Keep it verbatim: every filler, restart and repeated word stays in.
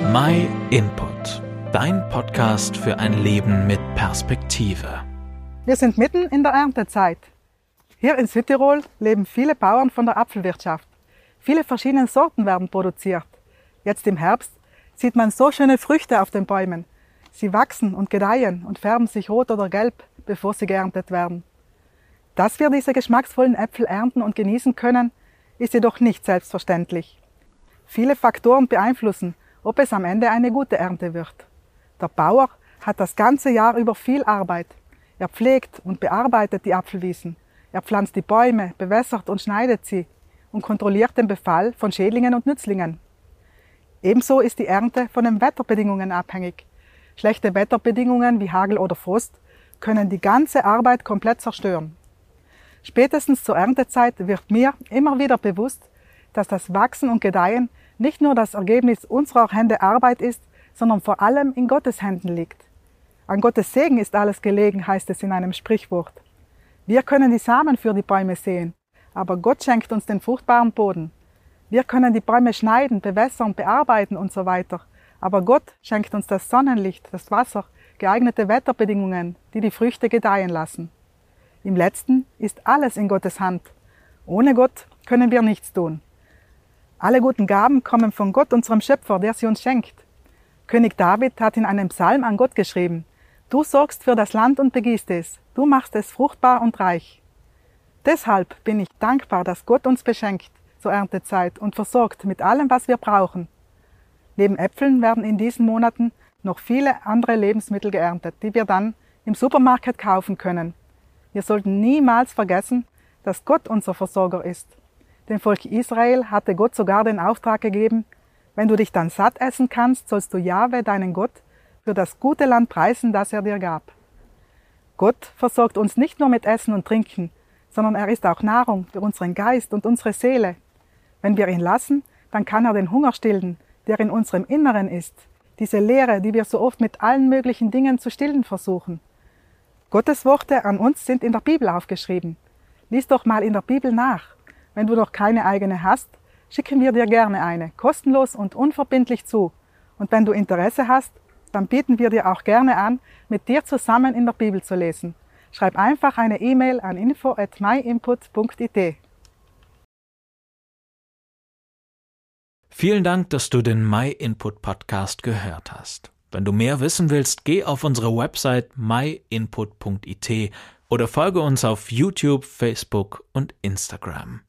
My Input, dein Podcast für ein Leben mit Perspektive. Wir sind mitten in der Erntezeit. Hier in Südtirol leben viele Bauern von der Apfelwirtschaft. Viele verschiedene Sorten werden produziert. Jetzt im Herbst sieht man so schöne Früchte auf den Bäumen. Sie wachsen und gedeihen und färben sich rot oder gelb, bevor sie geerntet werden. Dass wir diese geschmacksvollen Äpfel ernten und genießen können, ist jedoch nicht selbstverständlich. Viele Faktoren beeinflussen, ob es am Ende eine gute Ernte wird. Der Bauer hat das ganze Jahr über viel Arbeit. Er pflegt und bearbeitet die Apfelwiesen. Er pflanzt die Bäume, bewässert und schneidet sie und kontrolliert den Befall von Schädlingen und Nützlingen. Ebenso ist die Ernte von den Wetterbedingungen abhängig. Schlechte Wetterbedingungen wie Hagel oder Frost können die ganze Arbeit komplett zerstören. Spätestens zur Erntezeit wird mir immer wieder bewusst, dass das Wachsen und Gedeihen nicht nur das Ergebnis unserer Hände Arbeit ist, sondern vor allem in Gottes Händen liegt. An Gottes Segen ist alles gelegen, heißt es in einem Sprichwort. Wir können die Samen für die Bäume säen, aber Gott schenkt uns den fruchtbaren Boden. Wir können die Bäume schneiden, bewässern, bearbeiten und so weiter, aber Gott schenkt uns das Sonnenlicht, das Wasser, geeignete Wetterbedingungen, die die Früchte gedeihen lassen. Im Letzten ist alles in Gottes Hand. Ohne Gott können wir nichts tun. Alle guten Gaben kommen von Gott, unserem Schöpfer, der sie uns schenkt. König David hat in einem Psalm an Gott geschrieben: Du sorgst für das Land und begießt es, du machst es fruchtbar und reich. Deshalb bin ich dankbar, dass Gott uns beschenkt zur Erntezeit und versorgt mit allem, was wir brauchen. Neben Äpfeln werden in diesen Monaten noch viele andere Lebensmittel geerntet, die wir dann im Supermarkt kaufen können. Wir sollten niemals vergessen, dass Gott unser Versorger ist. Dem Volk Israel hatte Gott sogar den Auftrag gegeben: Wenn du dich dann satt essen kannst, sollst du Jahwe, deinen Gott, für das gute Land preisen, das er dir gab. Gott versorgt uns nicht nur mit Essen und Trinken, sondern er ist auch Nahrung für unseren Geist und unsere Seele. Wenn wir ihn lassen, dann kann er den Hunger stillen, der in unserem Inneren ist, diese Leere, die wir so oft mit allen möglichen Dingen zu stillen versuchen. Gottes Worte an uns sind in der Bibel aufgeschrieben. Lies doch mal in der Bibel nach. Wenn du noch keine eigene hast, schicken wir dir gerne eine, kostenlos und unverbindlich zu. Und wenn du Interesse hast, dann bieten wir dir auch gerne an, mit dir zusammen in der Bibel zu lesen. Schreib einfach eine E-Mail an info at my input punkt i t. Vielen Dank, dass du den My Input Podcast gehört hast. Wenn du mehr wissen willst, geh auf unsere Website my input punkt i t oder folge uns auf YouTube, Facebook und Instagram.